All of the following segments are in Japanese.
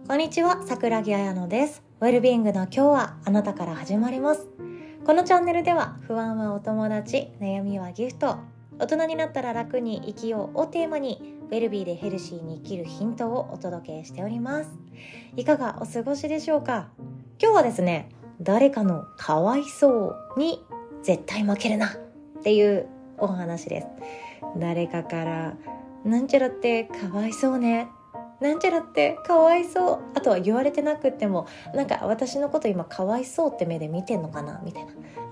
こんにちは、桜木彩乃です。ウェルビーイングの今日はあなたから始まります。このチャンネルでは不安はお友達、悩みはギフト、大人になったら楽に生きようをテーマにウェルビーでヘルシーに生きるヒントをお届けしております。いかがお過ごしでしょうか。今日はですね、誰かのかわいそうに絶対負けるなっていうお話です。誰かからなんちゃらってかわいそうね、なんちゃらってかわいそう、あとは言われてなくってもなんか私のこと今かわいそうって目で見てんのかなみたいな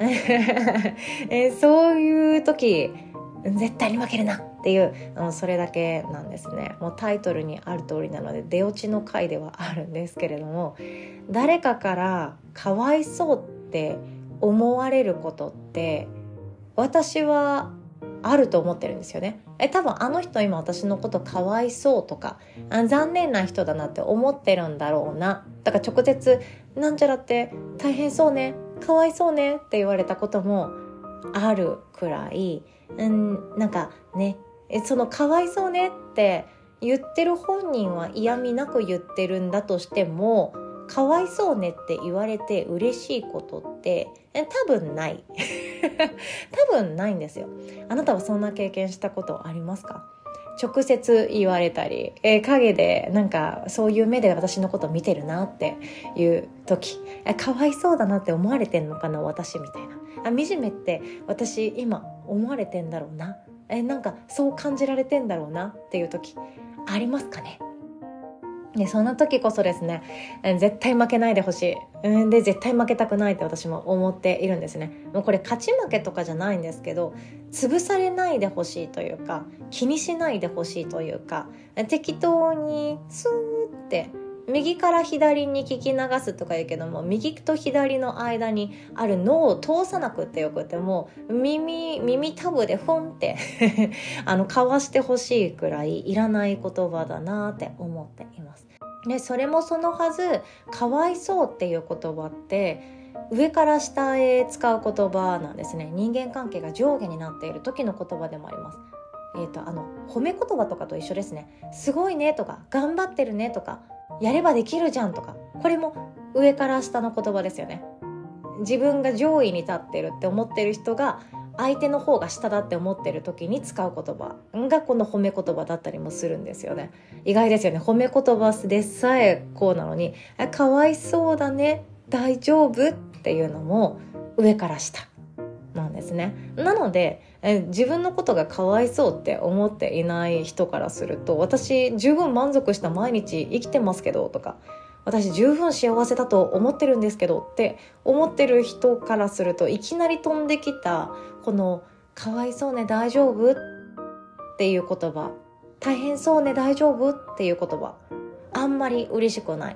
そういう時絶対に負けるなっていうそれだけなんですね。もうタイトルにある通りなので出落ちの回ではあるんですけれども、誰かからかわいそうって思われることって私はあると思ってるんですよね。多分あの人今私のことかわいそうとか残念な人だなって思ってるんだろうな。だから直接なんちゃらって大変そうね、かわいそうねって言われたこともあるくらい、なんかね、そのかわいそうねって言ってる本人は嫌味なく言ってるんだとしても、かわいそうねって言われて嬉しいことって多分ない多分ないんですよ。あなたはそんな経験したことありますか？直接言われたり、陰でなんかそういう目で私のこと見てるなっていう時、かわいそうだなって思われてんのかな私みたいな、惨めって私今思われてんだろうな、なんかそう感じられてんだろうなっていう時ありますかね。でそんな時こそですね、絶対負けないでほしい、で絶対負けたくないって私も思っているんですね。もうこれ勝ち負けとかじゃないんですけど、潰されないでほしいというか、気にしないでほしいというか、適当にスーって右から左に聞き流すとか言うけども、右と左の間にある脳を通さなくてよくても耳タブでフンってかわしてほしいくらいいらない言葉だなって思っています。でそれもそのはず、かわいそうっていう言葉って上から下へ使う言葉なんですね。人間関係が上下になっている時の言葉でもあります。褒め言葉とかと一緒ですね。すごいねとか、頑張ってるねとか、やればできるじゃんとか、これも上から下の言葉ですよね。自分が上位に立ってるって思ってる人が相手の方が下だって思ってる時に使う言葉がこの褒め言葉だったりもするんですよね。意外ですよね。褒め言葉でさえこうなのに、かわいそうだね、大丈夫っていうのも上から下なんですね。なので自分のことがかわいそうって思っていない人からすると、私十分満足した毎日生きてますけどとか、私十分幸せだと思ってるんですけどって思ってる人からすると、いきなり飛んできたこのかわいそうね大丈夫っていう言葉、大変そうね大丈夫っていう言葉、あんまり嬉しくない。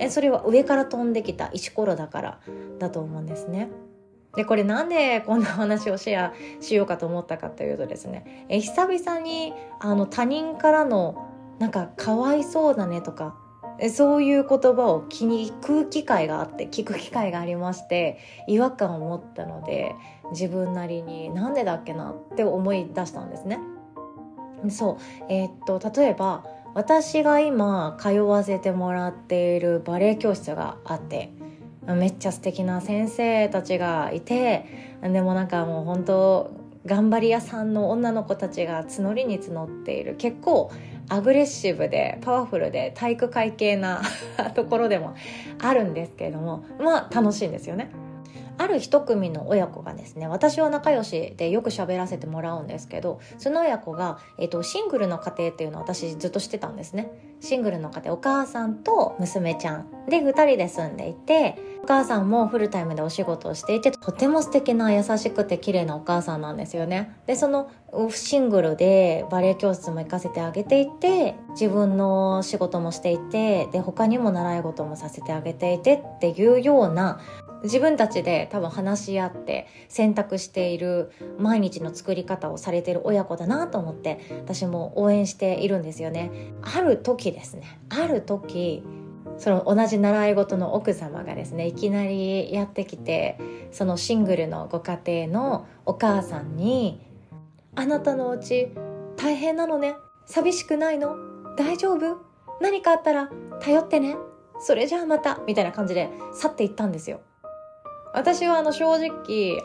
それは上から飛んできた石ころだからだと思うんですね。でこれなんでこんな話をシェアしようかと思ったかというとですね、久々に他人からのなんかかわいそうだねとか、そういう言葉を聞く機会がありまして、違和感を持ったので、自分なりになんでだっけなって思い出したんですね。そう、例えば私が今通わせてもらっているバレエ教室があって、めっちゃ素敵な先生たちがいて、でもなんかもう本当頑張り屋さんの女の子たちが募りに募っている、結構アグレッシブでパワフルで体育会系なところでもあるんですけれども、まあ楽しいんですよね。ある一組の親子がですね、私は仲良しでよく喋らせてもらうんですけど、その親子が、シングルの家庭っていうのを私ずっとしてたんですね。シングルの家庭、お母さんと娘ちゃんで2人で住んでいて、お母さんもフルタイムでお仕事をしていて、とても素敵な優しくて綺麗なお母さんなんですよね。でそのシングルでバレエ教室も行かせてあげていて、自分の仕事もしていて、で他にも習い事もさせてあげていてっていうような、自分たちで多分話し合って選択している毎日の作り方をされている親子だなと思って、私も応援しているんですよね。ある時その同じ習い事の奥様がですね、いきなりやってきて、そのシングルのご家庭のお母さんに、あなたのお家大変なのね、寂しくないの、大丈夫、何かあったら頼ってねそれじゃあまたみたいな感じで去っていったんですよ。私は正直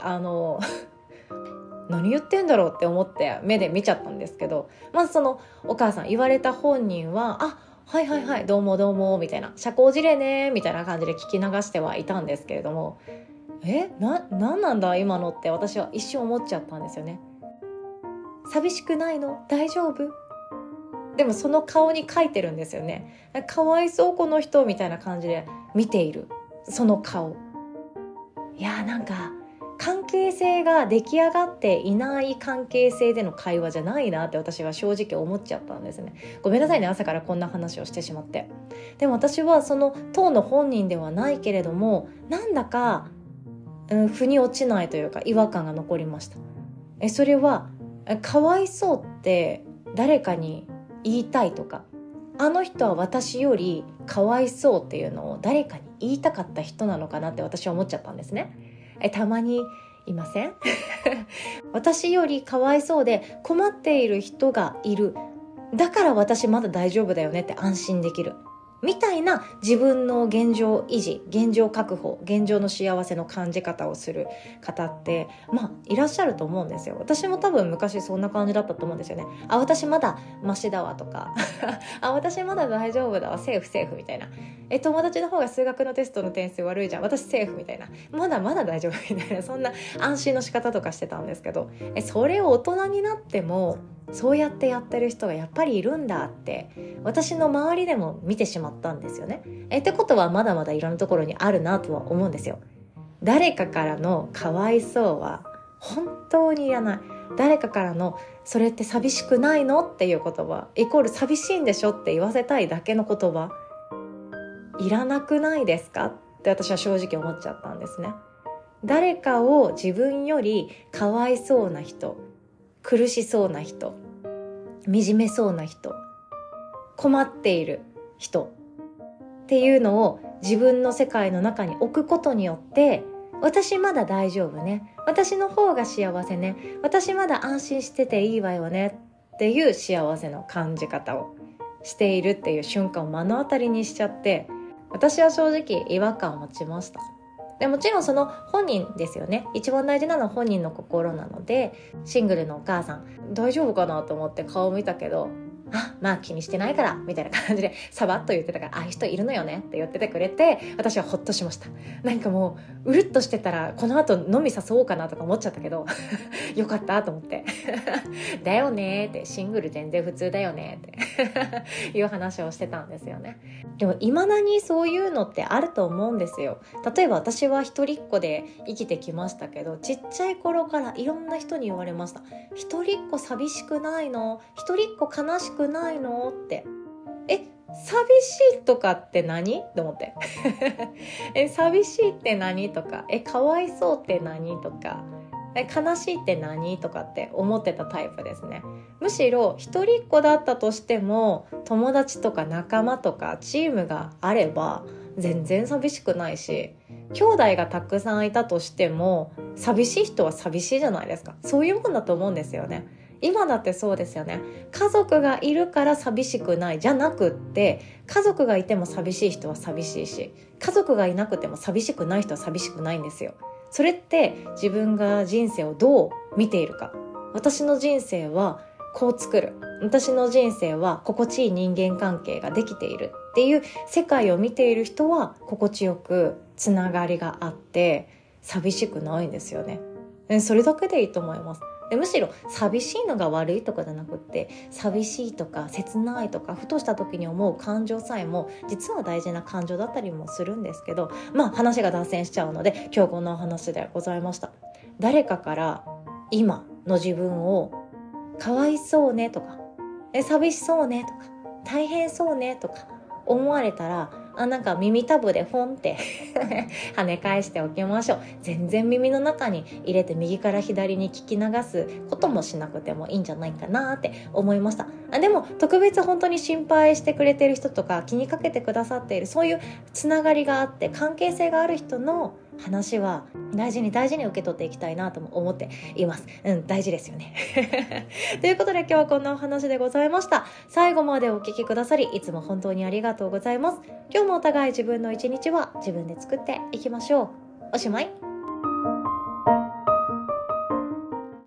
何言ってんだろうって思って目で見ちゃったんですけど、まずそのお母さん、言われた本人ははいはいはい、どうもどうもみたいな、社交辞令ねみたいな感じで聞き流してはいたんですけれども、なんなんだ今のって私は一瞬思っちゃったんですよね。寂しくないの？大丈夫？でもその顔に書いてるんですよね。かわいそうこの人みたいな感じで見ているその顔。いやなんか関係性が出来上がっていない関係性での会話じゃないなって私は正直思っちゃったんですね。ごめんなさいね、朝からこんな話をしてしまって。でも私はその当の本人ではないけれども、なんだか、腑に落ちないというか違和感が残りました。それはかわいそうって誰かに言いたいとか、あの人は私よりかわいそうっていうのを誰かに言いたかった人なのかなって私は思っちゃったんですね。たまにいません？私よりかわいそうで困っている人がいる、だから私まだ大丈夫だよねって安心できるみたいな、自分の現状維持、現状確保、現状の幸せの感じ方をする方っていらっしゃると思うんですよ。私も多分昔そんな感じだったと思うんですよね。私まだマシだわとか私まだ大丈夫だわ、セーフセーフみたいな。友達の方が数学のテストの点数悪いじゃん、私セーフみたいな、まだまだ大丈夫みたいな、そんな安心の仕方とかしてたんですけど、それを大人になってもそうやってやってる人がやっぱりいるんだって私の周りでも見てしまったんですよね。ってことはまだまだいろんなところにあるなとは思うんですよ。誰かからのかわいそうは本当にいらない。誰かからのそれって寂しくないのっていう言葉イコール寂しいんでしょって言わせたいだけの言葉いらなくないですかって私は正直思っちゃったんですね。誰かを自分よりかわいそうな人、苦しそうな人、惨めそうな人、困っている人っていうのを自分の世界の中に置くことによって、私まだ大丈夫ね、私の方が幸せね、私まだ安心してていいわよねっていう幸せの感じ方をしているっていう瞬間を目の当たりにしちゃって、私は正直違和感を持ちました。でもちろんその本人ですよね。一番大事なのは本人の心なので、シングルのお母さん大丈夫かなと思って顔見たけど、まあ気にしてないからみたいな感じでサバッと言ってたから、ああいう人いるのよねって言っててくれて、私はほっとしました。なんかもううるっとしてたらこの後飲み誘おうかなとか思っちゃったけどよかったと思ってだよねって、シングル全然普通だよねっていう話をしてたんですよね。でも未だにそういうのってあると思うんですよ。例えば私は一人っ子で生きてきましたけど、ちっちゃい頃からいろんな人に言われました。一人っ子寂しくないの？一人っ子悲しくないの？って寂しいとかって何？と思って寂しいって何？とかかわいそうって何？とか悲しいって何？とかって思ってたタイプですね。むしろ一人っ子だったとしても友達とか仲間とかチームがあれば全然寂しくないし、兄弟がたくさんいたとしても寂しい人は寂しいじゃないですか。そういうもんだと思うんですよね。今だってそうですよね。家族がいるから寂しくないじゃなくって、家族がいても寂しい人は寂しいし、家族がいなくても寂しくない人は寂しくないんですよ。それって自分が人生をどう見ているか。私の人生はこう作る、私の人生は心地いい人間関係ができているっていう世界を見ている人は心地よくつながりがあって寂しくないんですよね。それだけでいいと思います。むしろ寂しいのが悪いとかじゃなくって、寂しいとか切ないとかふとした時に思う感情さえも実は大事な感情だったりもするんですけど、話が脱線しちゃうので今日この話でございました。誰かから今の自分をかわいそうねとか寂しそうねとか大変そうねとか思われたら、なんか耳たぶでフォンって跳ね返しておきましょう。全然耳の中に入れて右から左に聞き流すこともしなくてもいいんじゃないかなって思いました。でも特別本当に心配してくれている人とか気にかけてくださっている、そういうつながりがあって関係性がある人の話は大事に大事に受け取っていきたいなとも思っています。大事ですよねということで今日はこんなお話でございました。最後までお聞きくださりいつも本当にありがとうございます。今日もお互い自分の一日は自分で作っていきましょう。おしまい。